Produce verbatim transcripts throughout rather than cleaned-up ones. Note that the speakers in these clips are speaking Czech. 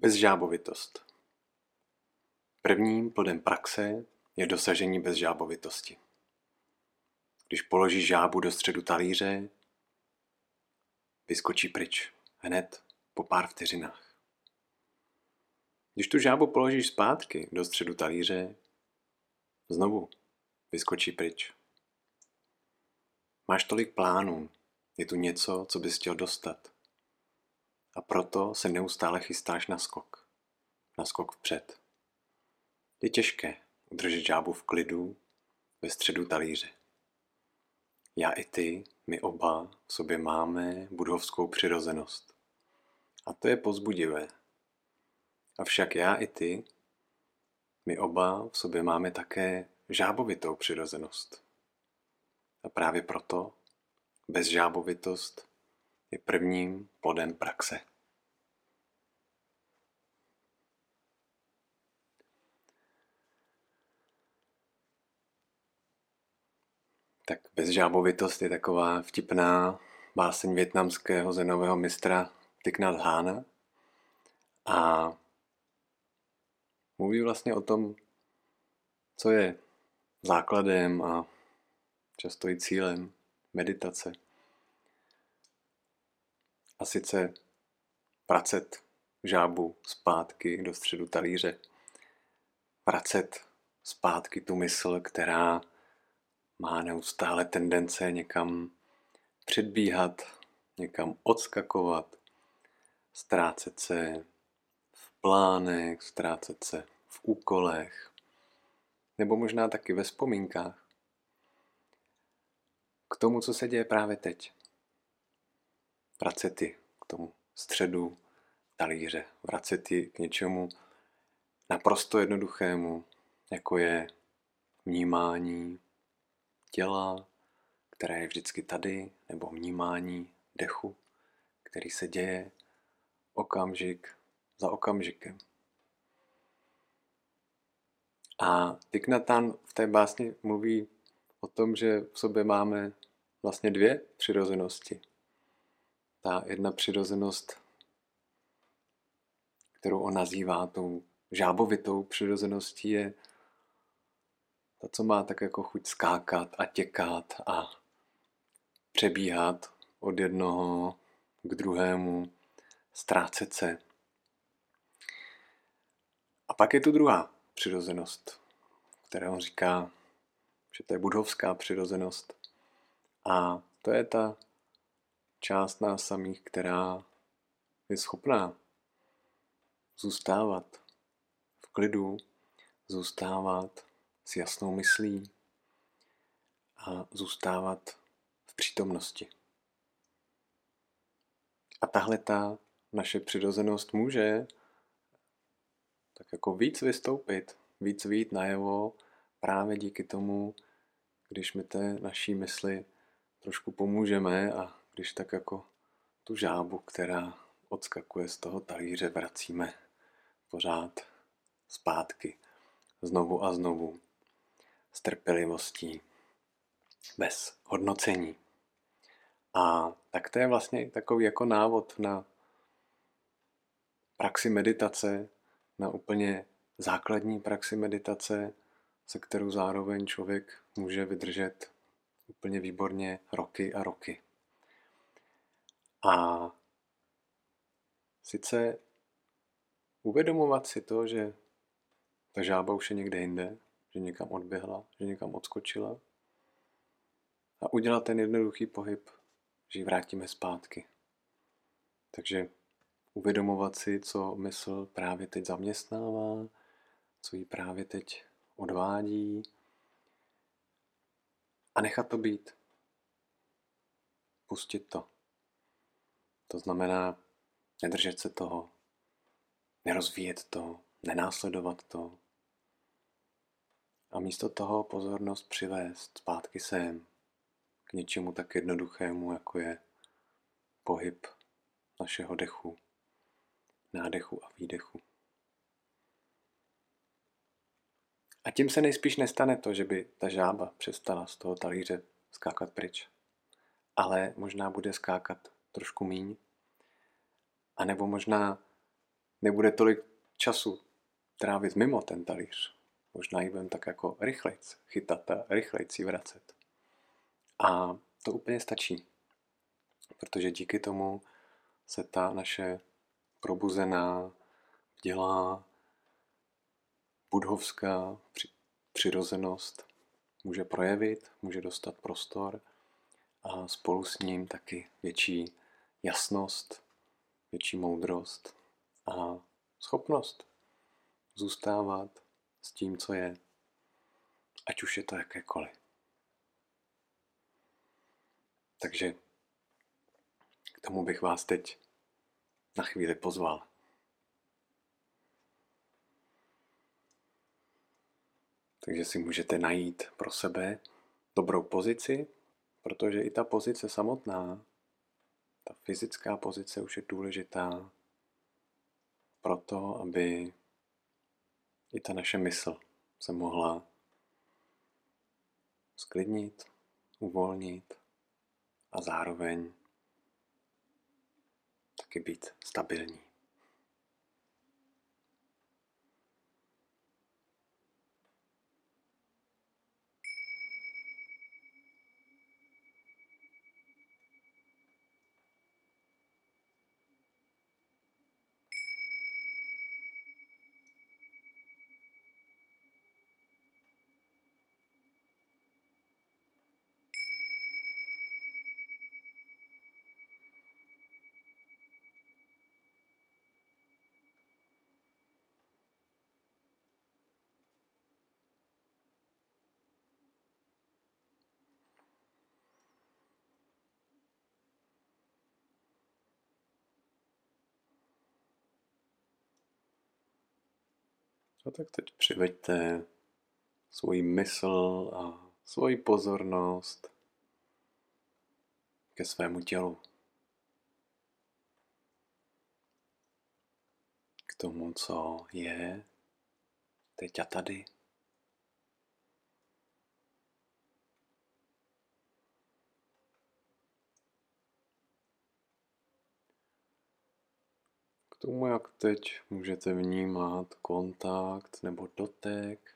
Bezžábovitost. Prvním plodem praxe je dosažení bezžábovitosti. Když položíš žábu do středu talíře, vyskočí pryč hned po pár vteřinách. Když tu žábu položíš zpátky do středu talíře, znovu vyskočí pryč. Máš tolik plánů, je tu něco, co bys chtěl dostat. A proto se neustále chystáš na skok. Na skok vpřed. Je těžké udržet žábu v klidu ve středu talíře. Já i ty, my oba v sobě máme budhovskou přirozenost. A to je povzbudivé. Avšak já i ty, my oba v sobě máme také žábovitou přirozenost. A právě proto bezžábovitost je prvním plodem praxe. Tak bezžábovitost je taková vtipná báseň vietnamského zenového mistra Thich Nhat Hana a mluví vlastně o tom, co je základem a často i cílem meditace. A sice vracet žábu zpátky do středu talíře. Vracet zpátky tu mysl, která má neustále tendence někam předbíhat, někam odskakovat, ztrácet se v plánech, ztrácet se v úkolech, nebo možná taky ve vzpomínkách k tomu, co se děje právě teď. Vracet ji k tomu středu talíře, vracet ji k něčemu naprosto jednoduchému, jako je vnímání těla, které je vždycky tady, nebo vnímání dechu, který se děje okamžik za okamžikem. A Thich Nhat Hanh v té básni mluví o tom, že v sobě máme vlastně dvě přirozenosti. Ta jedna přirozenost, kterou on nazývá tou žábovitou přirozeností, je ta, co má tak jako chuť skákat a těkat a přebíhat od jednoho k druhému, ztrácet se. A pak je tu druhá přirozenost, která on říká, že to je budhovská přirozenost. A to je ta část nás samých, která je schopná zůstávat v klidu, zůstávat s jasnou myslí a zůstávat v přítomnosti. A tahle ta naše přirozenost může tak jako víc vystoupit, víc vyjít najevo právě díky tomu, když my té naší mysli trošku pomůžeme a když tak jako tu žábu, která odskakuje z toho talíře, vracíme pořád zpátky, znovu a znovu, s trpělivostí, bez hodnocení. A tak to je vlastně takový jako návod na praxi meditace, na úplně základní praxi meditace, se kterou zároveň člověk může vydržet úplně výborně roky a roky. A sice uvědomovat si to, že ta žába už je někde jinde, že někam odběhla, že někam odskočila a udělat ten jednoduchý pohyb, že ji vrátíme zpátky. Takže uvědomovat si, co mysl právě teď zaměstnává, co jí právě teď odvádí a nechat to být. Pustit to. To znamená nedržet se toho, nerozvíjet to, nenásledovat to. A místo toho pozornost přivést zpátky sem k něčemu tak jednoduchému, jako je pohyb našeho dechu, nádechu a výdechu. A tím se nejspíš nestane to, že by ta žába přestala z toho talíře skákat pryč. Ale možná bude skákat trošku míň. A nebo možná nebude tolik času trávit mimo ten talíř. Možná ji budeme tak jako rychlejc chytat a rychlejc ji vracet. A to úplně stačí, protože díky tomu se ta naše probuzená, dělá budhovská přirozenost může projevit, může dostat prostor a spolu s ním taky větší jasnost, větší moudrost a schopnost zůstávat s tím, co je, ať už je to jakékoliv. Takže k tomu bych vás teď na chvíli pozval. Takže si můžete najít pro sebe dobrou pozici, protože i ta pozice samotná, ta fyzická pozice už je důležitá pro to, aby i ta naše mysl se mohla sklidnit, uvolnit a zároveň taky být stabilní. A tak teď přiveďte svoji mysl a svoji pozornost ke svému tělu. K tomu, co je teď a tady. K tomu, jak teď můžete vnímat kontakt nebo dotek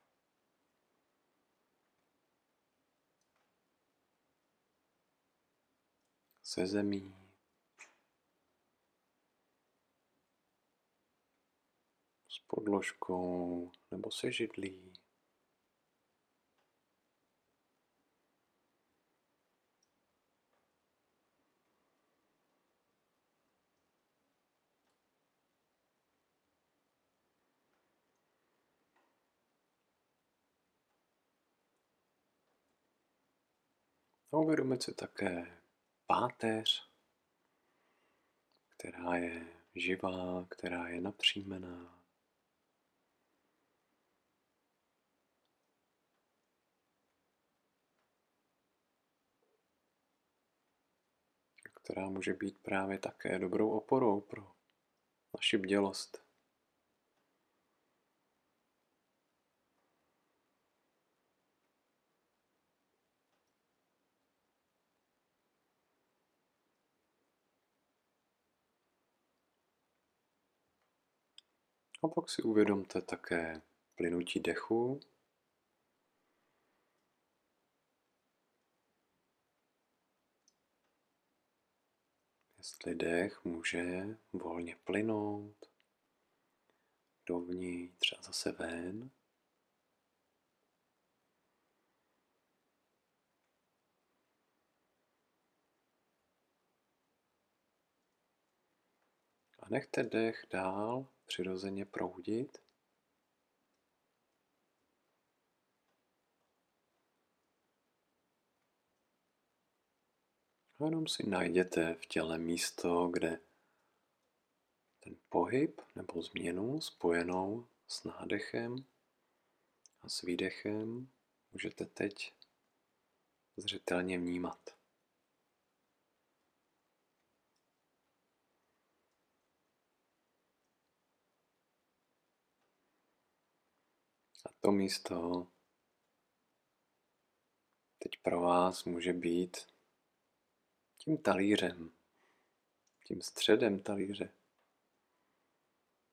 se zemí, s podložkou nebo se židlí. A uvědomit si také páteř, která je živá, která je napřímená. Která může být právě také dobrou oporou pro naši bdělost. A pak si uvědomte také plynutí dechu. Jestli dech může volně plynout dovnitř a zase ven. A nechte dech dál přirozeně proudit. A jenom si najděte v těle místo, kde ten pohyb nebo změnu spojenou s nádechem a s výdechem můžete teď zřetelně vnímat. A to místo teď pro vás může být tím talířem, tím středem talíře.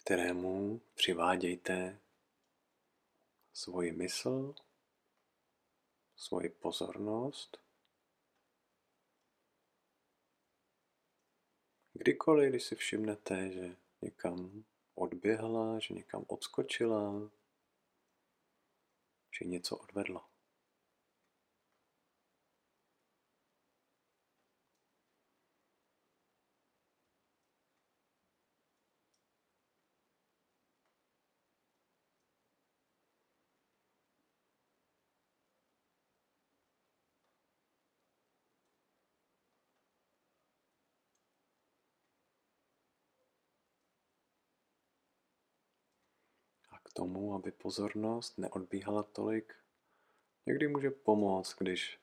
kterému přivádějte svoji mysl, svoji pozornost. Kdykoliv, když si všimnete, že někam odběhla, že někam odskočila, že něco odvedla. A k tomu, aby pozornost neodbíhala tolik, někdy může pomoct, když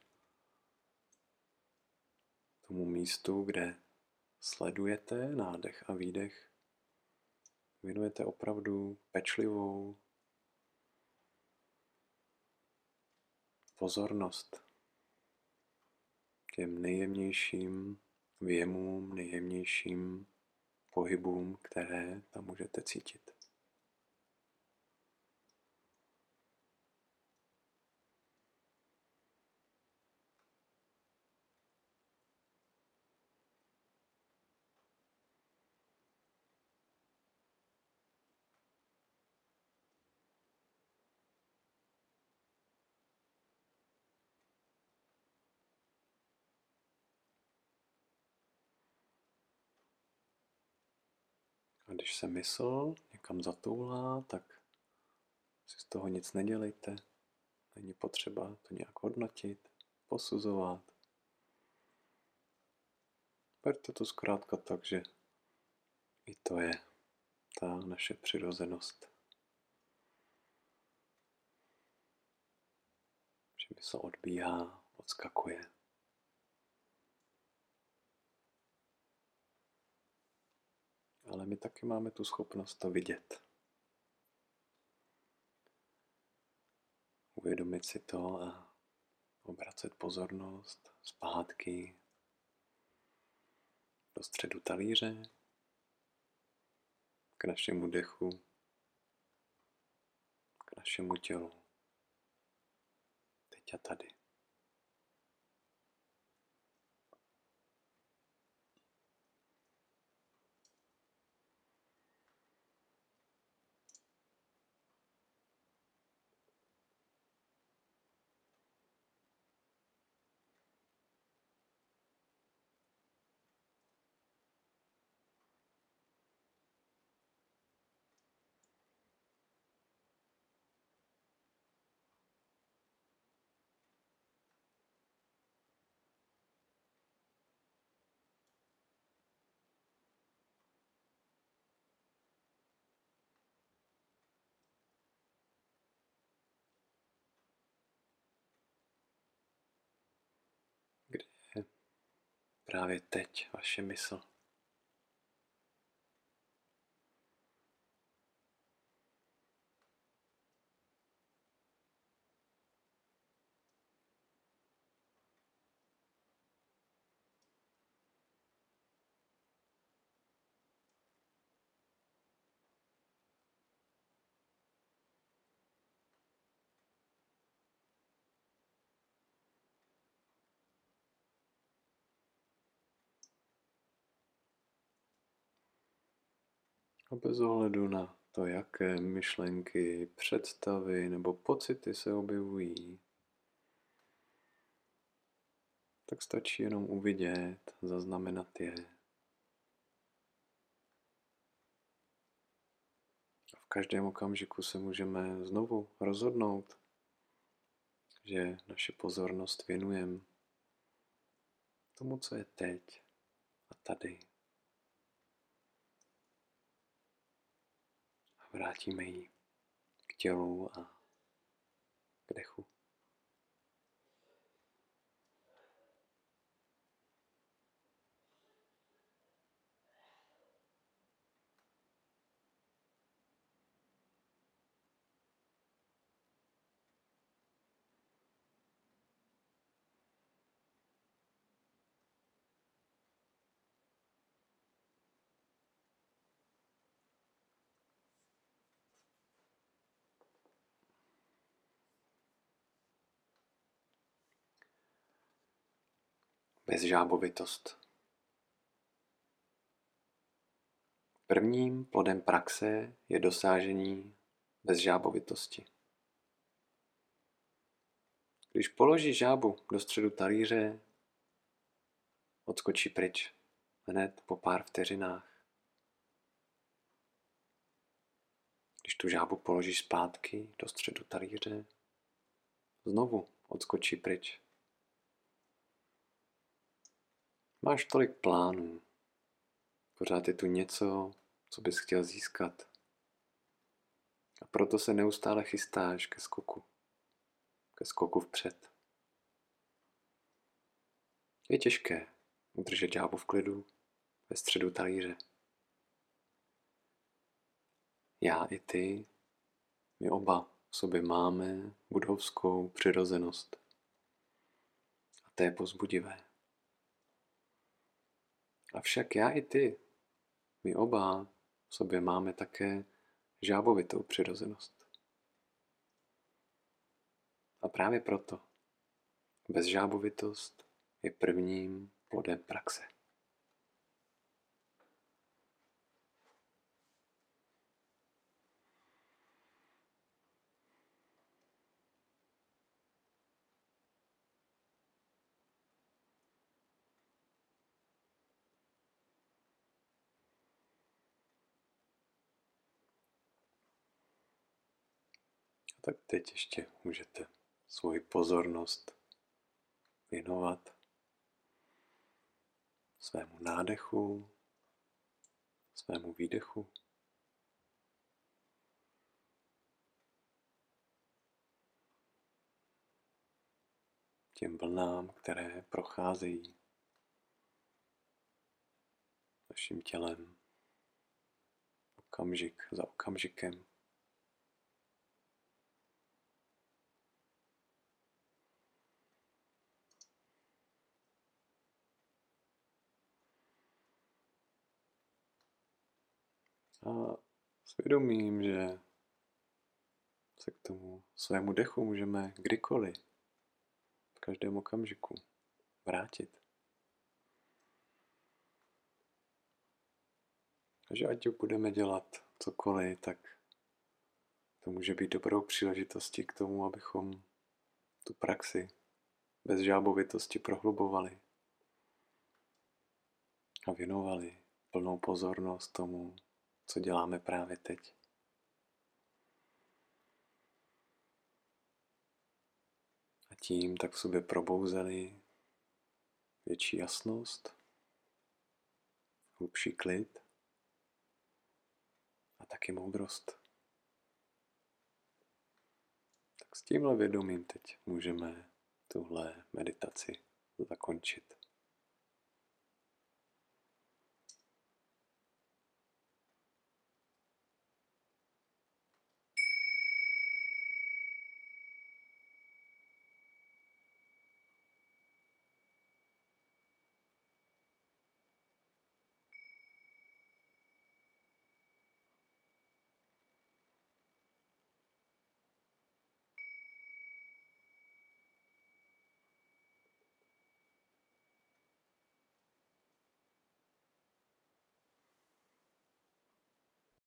tomu místu, kde sledujete nádech a výdech, věnujete opravdu pečlivou pozornost těm nejjemnějším věmům, nejjemnějším pohybům, které tam můžete cítit. A když se mysl někam zatoulá, tak si z toho nic nedělejte. Není potřeba to nějak hodnotit, posuzovat. Berte to zkrátka tak, že i to je ta naše přirozenost. Že mysl odbíhá, odskakuje. Ale my taky máme tu schopnost to vidět. Uvědomit si to a obracet pozornost zpátky do středu talíře, k našemu dechu, k našemu tělu. Teď a tady. Kde je právě teď vaše mysl? A bez ohledu na to, jaké myšlenky, představy nebo pocity se objevují, tak stačí jenom uvidět, zaznamenat je. A v každém okamžiku se můžeme znovu rozhodnout, že naši pozornost věnujeme tomu, co je teď a tady. A vrátíme ji k tělu a k dechu. Bezžábovitost. Prvním plodem praxe je dosážení bezžábovitosti. Když položíš žábu do středu talíře, odskočí pryč hned po pár vteřinách. Když tu žábu položíš zpátky do středu talíře, znovu odskočí pryč. Máš tolik plánů. Pořád je tu něco, co bys chtěl získat. A proto se neustále chystáš ke skoku. Ke skoku vpřed. Je těžké udržet žábu v klidu ve středu talíře. Já i ty, my oba v sobě máme budovskou přirozenost. A to je povzbudivé. Avšak já i ty, my oba v sobě máme také žábovitou přirozenost. A právě proto bezžábovitost je prvním plodem praxe. Tak teď ještě můžete svoji pozornost věnovat svému nádechu, svému výdechu. Těm vlnám, které procházejí naším tělem okamžik za okamžikem. A svědomím, že se k tomu svému dechu můžeme kdykoliv, v každém okamžiku vrátit. A že ať budeme dělat cokoliv, tak to může být dobrou příležitostí k tomu, abychom tu praxi bez žábovitosti prohlubovali a věnovali plnou pozornost tomu, co děláme právě teď. A tím tak v sobě probouzeli větší jasnost, hlubší klid a taky moudrost. Tak s tímhle vědomím teď můžeme tuhle meditaci zakončit.